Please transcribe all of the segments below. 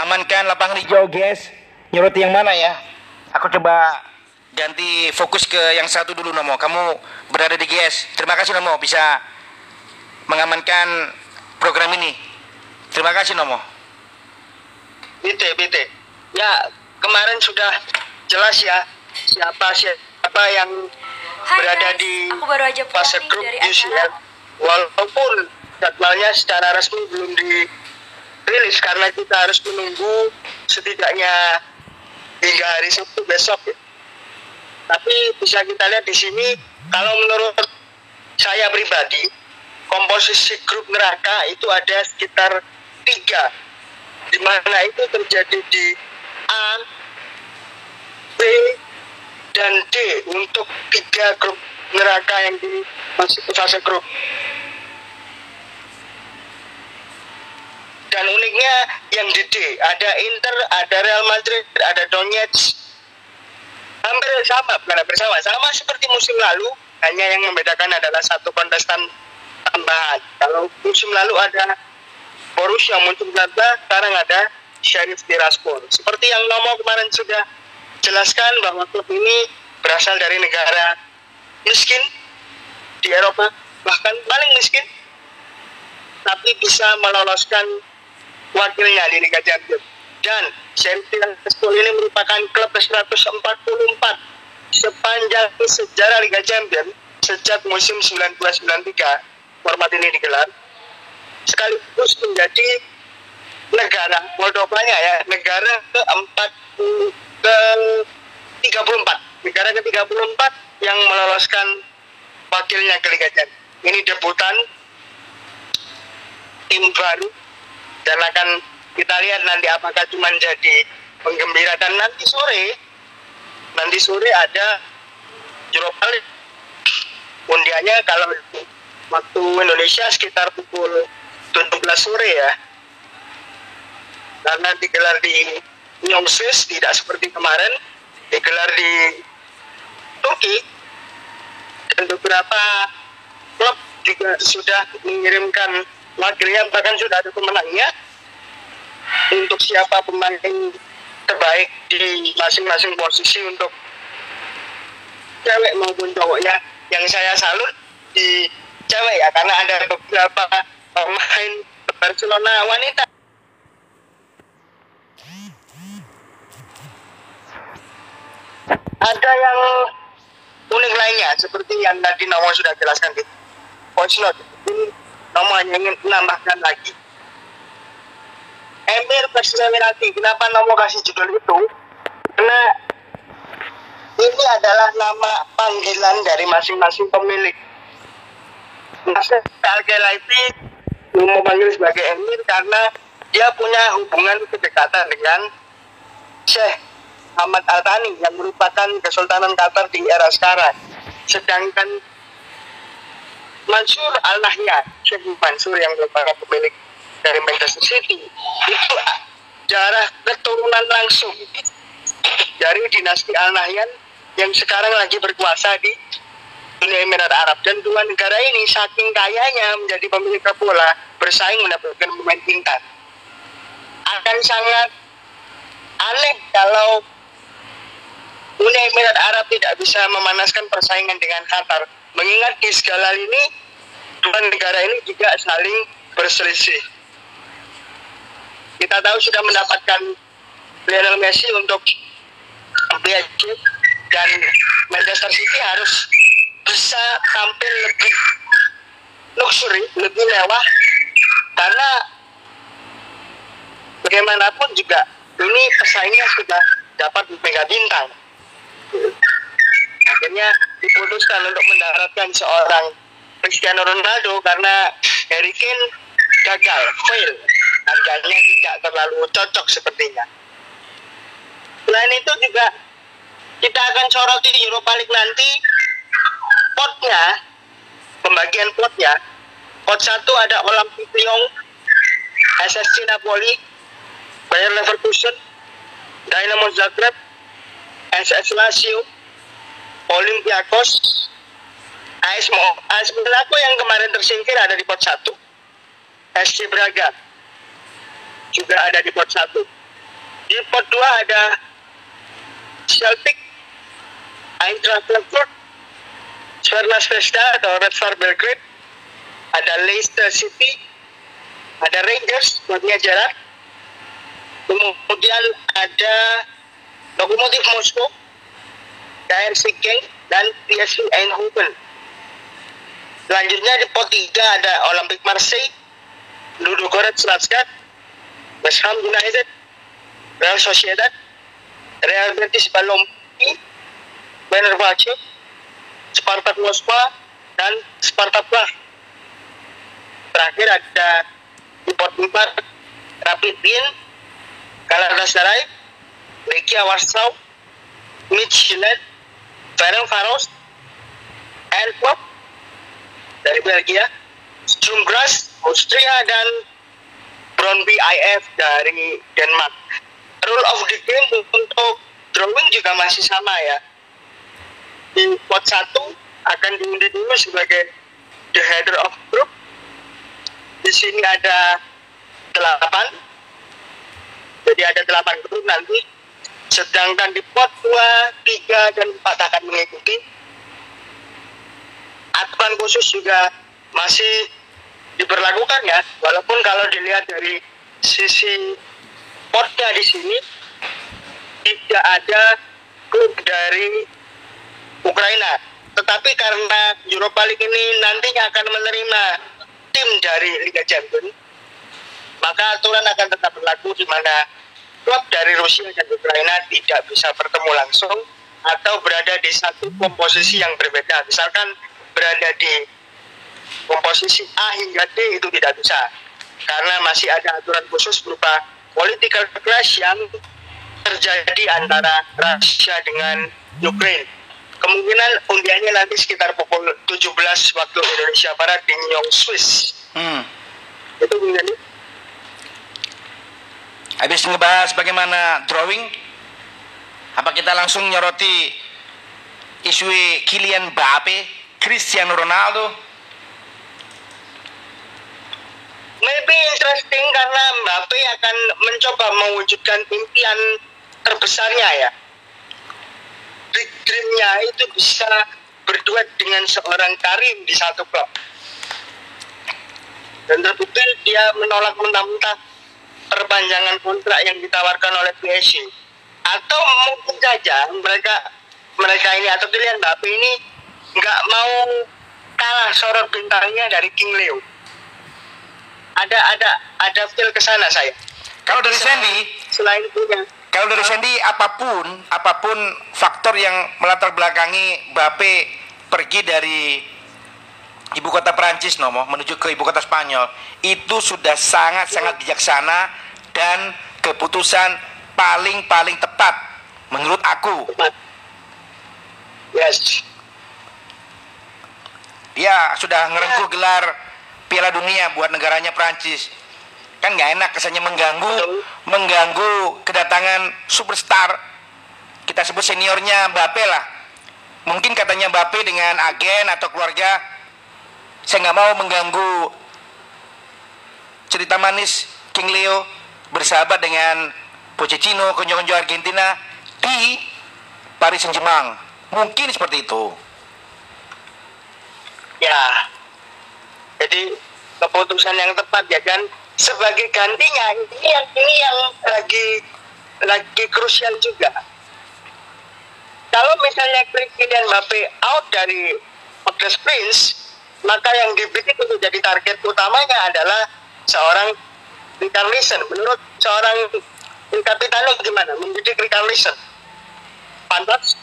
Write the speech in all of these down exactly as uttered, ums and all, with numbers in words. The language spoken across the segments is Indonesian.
mengamankan lapangan hijau, guys. Nyoroti yang mana ya? Aku coba ganti fokus ke yang satu dulu, Nomo. Kamu berada di G S. Terima kasih, Nomo, bisa mengamankan program ini. Terima kasih, Nomo. B T, B T. Ya, kemarin sudah jelas ya siapa siapa yang Hai berada guys, di aku baru aja pulang fase nih grup dari U C L. acara. Walaupun jadwalnya secara resmi belum dirilis karena kita harus menunggu setidaknya hingga hari Sabtu besok ya. Tapi bisa kita lihat di sini, kalau menurut saya pribadi, komposisi grup neraka itu ada sekitar tiga, di mana itu terjadi di A, B, dan D untuk tiga grup neraka yang di masih fase grup. Dan uniknya yang di D ada Inter, ada Real Madrid, ada Donetsk, hampir sama, bukan hampir sama, sama seperti musim lalu, hanya yang membedakan adalah satu kontestan tambahan. Kalau musim lalu ada Borussia Mönchengladbach, sekarang ada Sheriff Tiraspol. Seperti yang Nomo kemarin sudah jelaskan bahwa klub ini berasal dari negara miskin di Eropa, bahkan paling miskin, tapi bisa meloloskan wakilnya di Liga Champions. Dan Sheriff Tiraspol ini merupakan klub ke seratus empat puluh empat sepanjang sejarah Liga Champions sejak musim sembilan dua sembilan tiga format ini digelar, sekaligus menjadi negara Moldovanya ya, negara keempat ke tiga puluh empat, negara ke tiga puluh empat yang meloloskan wakilnya ke Liga Champions. Ini debutan tim baru, dan akan kita lihat nanti apakah cuma jadi penggembira. Dan nanti sore nanti sore ada Europa League, undiannya kalau waktu Indonesia sekitar pukul tujuh belas sore ya, karena digelar di Nyom Swiss, tidak seperti kemarin digelar di Turki. Dan beberapa klub juga sudah mengirimkan wakilnya, bahkan sudah ada pemenangnya untuk siapa pemain terbaik di masing-masing posisi untuk cewek maupun cowoknya. Yang saya salut di cewek ya, karena ada beberapa pemain Barcelona wanita. Ada yang unik lainnya, seperti yang tadi Nomo sudah jelaskan di voice note. Ini Nomo hanya ingin menambahkan lagi. Emir Persewirati, kenapa Nomo kasih judul itu? Karena ini adalah nama panggilan dari masing-masing pemilik. Nasir Al-Khelaifi Nomo panggil sebagai Emir karena dia punya hubungan kedekatan dengan Syekh Ahmad Al-Thani yang merupakan Kesultanan Qatar di era sekarang. Sedangkan Mansur Al-Nahyan, Syekh Mansur yang merupakan pemilik dari Manchester City, itu darah keturunan langsung dari dinasti Al-Nahyan yang sekarang lagi berkuasa di Uni Emirat Arab. Dan dua negara ini saking kayanya menjadi pemilik klub bola, bersaing mendapatkan pemain bintang. Akan sangat aneh kalau Uni Emirat Arab tidak bisa memanaskan persaingan dengan Qatar, mengingat di segala ini dua negara ini juga saling berselisih. Kita tahu sudah mendapatkan Lionel Messi untuk P S G, dan Manchester City harus bisa tampil lebih luxury, lebih mewah, karena bagaimanapun juga ini pesaingnya sudah dapat mega bintang. Akhirnya diputuskan untuk mendaratkan seorang Cristiano Ronaldo karena Harry Kane gagal, fail, harganya tidak terlalu cocok sepertinya. Selain itu juga kita akan soroti di Europa League nanti potnya, pembagian potnya. Pot satu ada Olympique Lyon, S S C Napoli, Bayer Leverkusen, Dynamo Zagreb, S S Lazio, Olympiakos, A S Mo, A S Monaco yang kemarin tersingkir ada di pot satu. S C Braga juga ada di pot satu. Di pot dua ada Celtic, Eintracht Frankfurt, Cerna Zvezda atau Red Star Belgrade, ada Leicester City, ada Rangers, Bosnia Jarak, kemudian ada Lokomotif Moskow, K R C Genk, dan P S V Eindhoven. Selanjutnya di pot tiga ada Olympique Marseille, Ludogorets Razgrad, West Ham United, Real Sociedad, Real Betis Balompié, Fenerbahce, Spartak Moskwa, dan Sparta Prag. Terakhir ada di pot empat Rapid Wien, Galatasaray, Legia Warsaw, Midtjylland, Ferencváros, Antwerp dari Belgia, Sturm Graz Austria, dan Brøndby I F dari Denmark. Rule of the game untuk drawing juga masih sama ya. Di pot satu akan diundi dulu sebagai the header of group. Di sini ada delapan, jadi ada delapan grup nanti. Sedangkan di pot dua, tiga, dan empat akan mengikuti. Aturan khusus juga masih diberlakukan ya, walaupun kalau dilihat dari sisi potnya di sini tidak ada klub dari Ukraina, tetapi karena Europa League ini nantinya akan menerima tim dari Liga Champions, maka aturan akan tetap berlaku di mana klub dari Rusia dan Ukraina tidak bisa bertemu langsung atau berada di satu komposisi yang berbeda. Misalkan berada di komposisi A hingga D itu tidak bisa, karena masih ada aturan khusus berupa political clash yang terjadi antara Rusia dengan Ukraine. Kemungkinan undiannya nanti sekitar pukul tujuh belas waktu Indonesia Barat di Nyong, Swiss. Hmm. Itu menjadi. Habis ngebahas bagaimana drawing, apa kita langsung nyoroti isu Kylian Mbappe, Cristiano Ronaldo? Maybe interesting karena Mbappe akan mencoba mewujudkan impian terbesarnya ya. Big dream-nya itu bisa berduet dengan seorang Karim di satu klub. Dan terbukti dia menolak mentah-mentah perpanjangan kontrak yang ditawarkan oleh P S G. Atau mungkin saja mereka mereka ini atau Kylian Mbappe ini nggak mau kalah sorot bintangnya dari King Leo. Ada ada ada feel ke sana saya. Kalau dari Sandy, selain itu ya. Kalau dari Sandy, apapun apapun faktor yang melatar belakangi Mbappe pergi dari ibu kota Prancis Nomo menuju ke ibu kota Spanyol, itu sudah sangat-sangat bijaksana dan keputusan paling-paling tepat menurut aku. Yes. Dia sudah ngerengkuh gelar Piala Dunia buat negaranya Prancis. Kan nggak enak kesannya mengganggu mengganggu kedatangan superstar, kita sebut seniornya Mbappe lah. Mungkin katanya Mbappe dengan agen atau keluarga, saya nggak mau mengganggu cerita manis King Leo bersahabat dengan Pochettino, konjo-konjo Argentina di Paris Saint-Germain. Mungkin seperti itu ya. Jadi keputusan yang tepat ya kan. Sebagai gantinya ini yang ini yang lagi lagi krusial juga. Kalau misalnya Kylian Mbappe out dari Podcast Prince, maka yang dibidik untuk jadi target utamanya adalah seorang Richarlison. Menurut seorang Il Capitano gimana mendidik Richarlison? Pantas?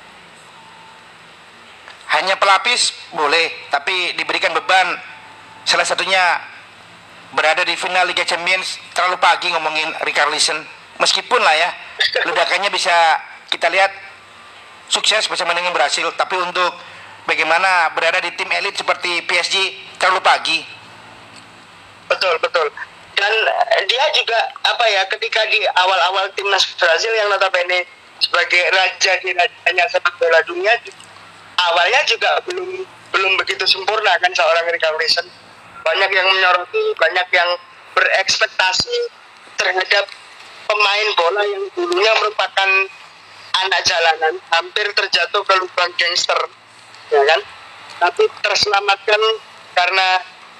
Hanya pelapis boleh, tapi diberikan beban, salah satunya berada di final Liga Champions, terlalu pagi ngomongin Richarlison. Meskipun lah ya, ledakannya bisa kita lihat sukses bersama dengan Brasil, tapi untuk bagaimana berada di tim elit seperti P S G terlalu pagi. Betul, betul. Dan dia juga apa ya, ketika di awal-awal timnas Brazil yang notabene sebagai raja di rajanya sepak bola dunia, awalnya juga belum belum begitu sempurna kan seorang Richarlison. Banyak yang menyoroti, banyak yang berekspektasi terhadap pemain bola yang dulunya merupakan anak jalanan, hampir terjatuh ke lubang gangster, ya kan? Tapi terselamatkan karena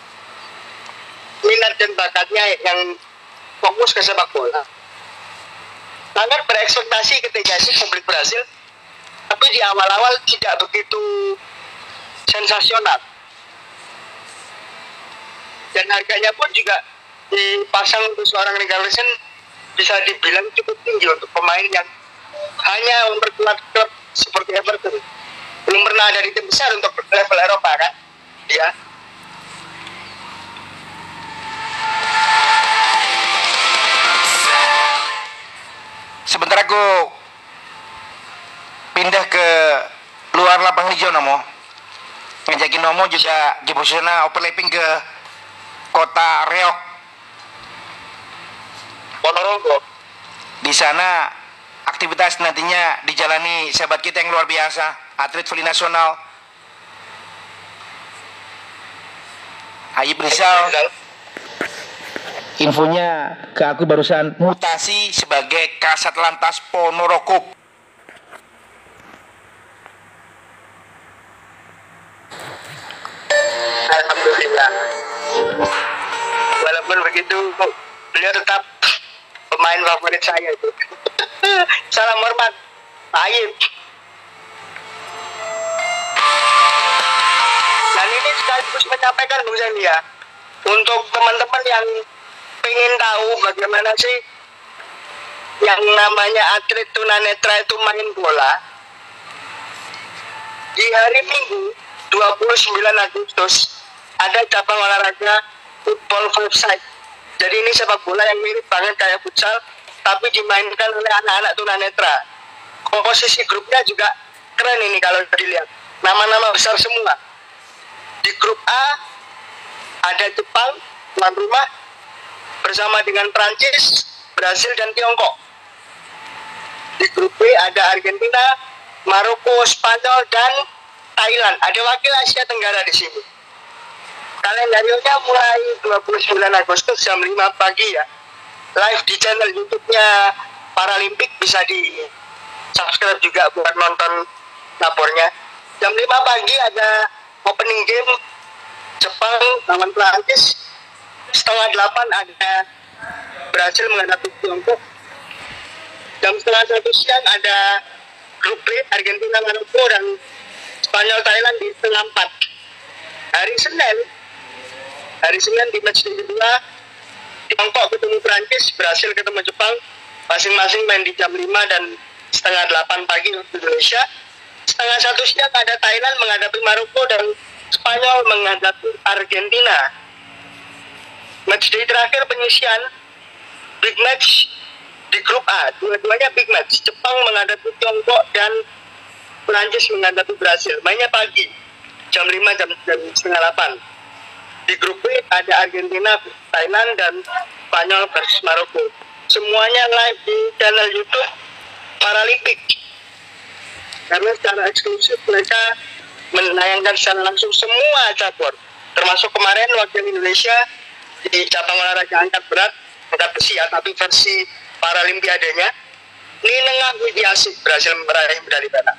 minat dan bakatnya yang fokus ke sepak bola. Sangat berekspektasi ketika si publik Brasil, tapi di awal-awal tidak begitu sensasional. Dan harganya pun juga dipasang untuk seorang Richarlison bisa dibilang cukup tinggi untuk pemain yang hanya memperkuat klub seperti Everton. Belum pernah ada di tim besar untuk level Eropa kan dia. Sebentar aku pindah ke luar lapang hijau Nomo, ngajakin Nomo juga di sana overlapping ke kota Reok. Ponorogo. Di sana aktivitas nantinya dijalani sahabat kita yang luar biasa, atlet voli nasional Ayib Rizal. Infonya ke aku barusan mutasi sebagai Kasat Lantas Ponorogo. Alhamdulillah. Walaupun begitu, beliau tetap pemain favorit saya itu. Salam hormat, Pak Ayib. Dan ini sekaligus menyampaikan Bung Sandy ya, untuk teman-teman yang ingin tahu bagaimana sih yang namanya atlet tunanetra itu main bola. Di hari Minggu dua puluh sembilan Agustus ada cabang olahraga football five side. Jadi ini sepak bola yang mirip banget kayak futsal, tapi dimainkan oleh anak-anak tunanetra. Komposisi grupnya juga keren ini kalau dilihat. Nama-nama besar semua. Di grup A ada Jepang, tuan rumah, bersama dengan Prancis, Brasil, dan Tiongkok. Di grup B ada Argentina, Maroko, Spanyol, dan Thailand. Ada wakil Asia Tenggara di sini. Kalendarionya mulai dua puluh sembilan Agustus jam lima pagi ya. Live di channel YouTube-nya Paralimpik, bisa di subscribe juga buat nonton lapornya. Jam lima pagi ada opening game Jepang lawan Prancis. Setengah delapan ada Brasil menghadapi Tiongkok. Jam setengah satu siang ada grup B Argentina, Maroko, dan Spanyol, Thailand di setengah empat. Hari Senin, hari Senin di match kedua Tiongkok ketemu Prancis, Brasil ketemu Jepang, masing-masing main di jam lima dan setengah delapan pagi waktu Indonesia. Setengah satu siang ada Thailand menghadapi Maroko dan Spanyol menghadapi Argentina. Match day terakhir penyisian big match di grup A, dua-duanya big match. Jepang menghadapi Tiongkok dan Prancis menghadapi Brasil. Mainnya pagi, jam lima, jam, jam setengah delapan. Di grup B ada Argentina, Thailand, dan Spanyol versus Maroko. Semuanya live di channel YouTube Paralimpik. Karena secara eksklusif mereka menayangkan secara langsung semua cabur, termasuk kemarin wakil Indonesia di cabang olahraga angkat berat, angkat besi ya, tapi versi Paralimpiadenya. Ninengah Widiasih berhasil meraih medali perak.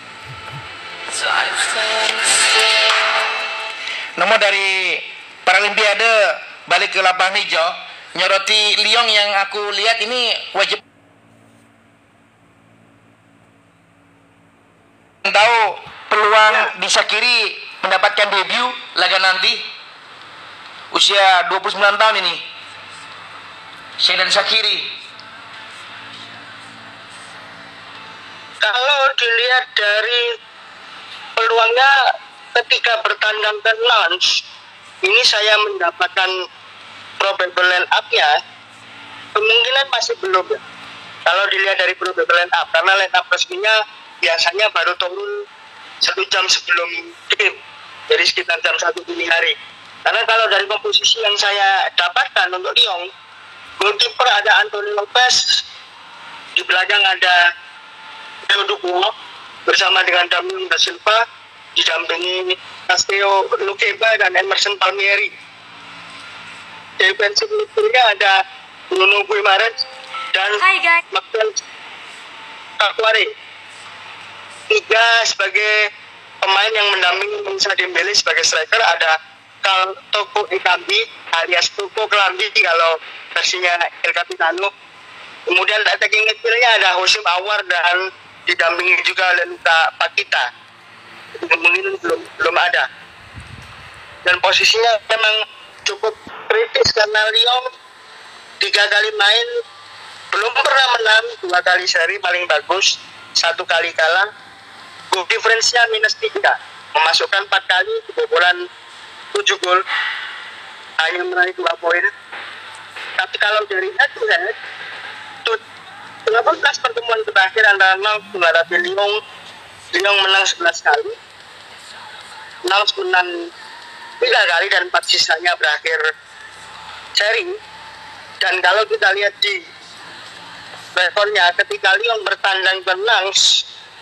Nomor dari Paralimpiade balik ke lapangan hijau, nyoroti Lyon yang aku lihat ini wajib tahu peluang ya. Di Shaqiri mendapatkan debut laga nanti usia dua puluh sembilan tahun ini, Xherdan Shaqiri. Kalau dilihat dari peluangnya ketika bertandang ke Lens, ini saya mendapatkan probable line up-nya kemungkinan masih belum ya. Kalau dilihat dari probable line up, karena line up resminya biasanya baru turun satu jam sebelum game, jadi sekitar jam satu dini hari. Karena kalau dari komposisi yang saya dapatkan untuk Lyon, goalkeeper ada Anthony Lopez, di belakang ada Theo Dubois bersama dengan Damien Da Silva, didampingi Casteo Lukeba dan Emerson Palmieri. Defensive midfield-nya ada Bruno Guimaraes dan Hai guys. Maxwell Kakwari. Tiga sebagai pemain yang mendampingi Musa Dembele sebagai striker, ada Kal Toko Ekambi alias Toko Kelambi kalau versinya El Capitano. Kemudian attacking midfieldnya ada Hosim Awar dan didampingi juga oleh Luka Pakita. Kemudian belum belum ada. Dan posisinya memang cukup kritis karena Lyon tiga kali main belum pernah menang, dua kali seri paling bagus, satu kali kalah. Goal difference-nya minus tiga, memasukkan empat kali, kebobolan tujuh gol, hanya meraih dua poin. Tapi kalau dari head to head, delapan belas pertemuan terakhir antara Nantes menghadapi Lyon, Lyon menang sebelas kali, Nantes menang tiga kali dan empat sisanya berakhir seri. Dan kalau kita lihat di rekornya, ketika Lyon bertandang ke Nantes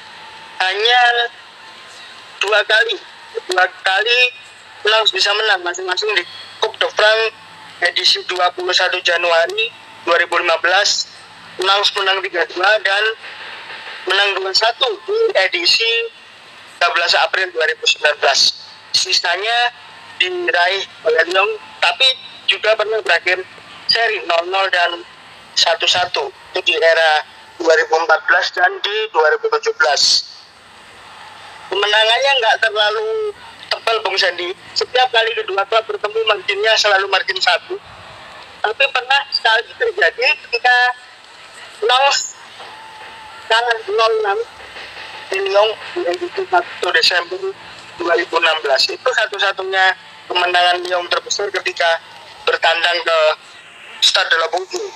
hanya dua kali, dua kali Nantes bisa menang masing-masing di Coupe de France edisi dua puluh satu Januari dua ribu lima belas. Nantes menang tiga dua dan menang dua satu di edisi tiga belas April dua ribu sembilan belas. Sisanya diraih oleh Lyon, tapi juga pernah berakhir seri nol nol dan satu satu. Itu di era dua ribu empat belas dan di dua ribu tujuh belas. Kemenangannya nggak terlalu tebal, Bung Sandy. Setiap kali kedua klub bertemu marginnya selalu margin satu. Tapi pernah sekali terjadi ketika Nantes kalah nol enam di Lyon di satu Desember dua ribu enam belas. Itu satu-satunya kemenangan Lyon terbesar ketika bertandang ke Stade de la Bourgogne.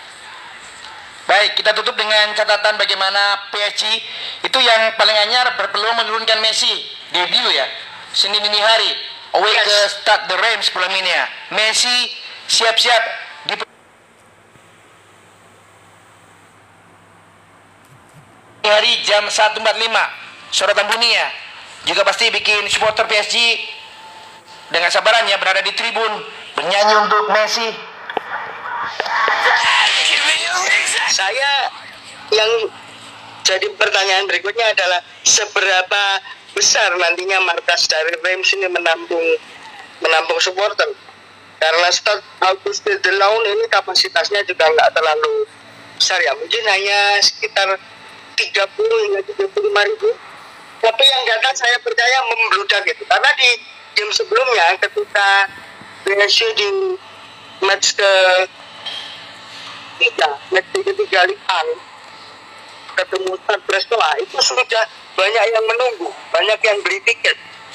Baik, kita tutup dengan catatan bagaimana P S G itu yang paling anyar berpeluang menurunkan Messi debut ya Senin dini hari away Yes. ke Stade de Reims Polonia. Messi siap-siap di hari jam satu empat puluh lima. Sorotan dunia juga pasti bikin supporter P S G dengan sabarannya berada di tribun bernyanyi untuk Messi. Saya yang jadi pertanyaan berikutnya adalah seberapa besar nantinya markas dari Reims ini menampung menampung supporter, karena Stade Auguste Delon ini kapasitasnya juga nggak terlalu besar ya, mungkin hanya sekitar tiga puluh hingga tiga puluh lima ribu, tapi yang datang saya percaya membludak gitu, karena di game sebelumnya ketika P S G di match ke tiga, match ketiga Liga ketemu Stade Brestois itu sudah banyak yang menunggu, banyak yang beli tiket.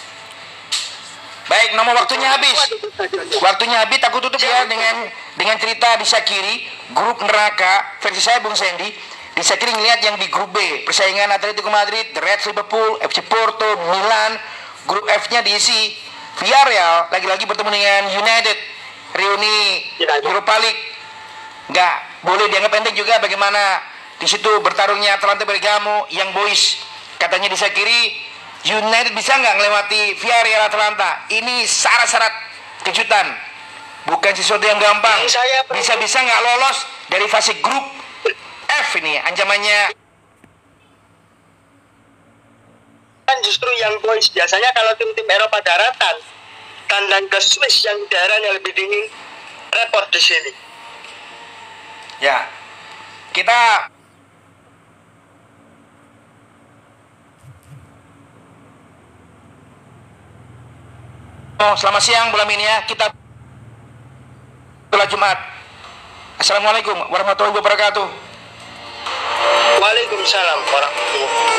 Baik, nomor waktunya habis. Waktunya habis, aku tutup ya dengan dengan cerita di Shaqiri, grup neraka versi saya Bung Sandy. Di Shaqiri ngelihat yang di grup B, persaingan Atletico Madrid, The Reds Liverpool, F C Porto, Milan. Grup F-nya diisi Villarreal, lagi-lagi bertemu dengan United, reuni Europa League. Nggak boleh dianggap enteng juga bagaimana di situ bertarungnya Atalanta Bergamo, yang boys. Katanya di Shaqiri, United bisa nggak melewati Villarreal Atalanta? Ini syarat-syarat kejutan, bukan sesuatu yang gampang. Bisa-bisa nggak lolos dari fase grup F ini ancamannya. Kan justru yang boys biasanya kalau tim-tim Eropa daratan tandang ke Swiss yang daerahnya lebih dingin, repot di sini. Ya, kita oh, selamat siang bola mania. Kita setelah Jumat. Assalamualaikum warahmatullahi wabarakatuh. Waalaikumsalam warahmatullahi wabarakatuh.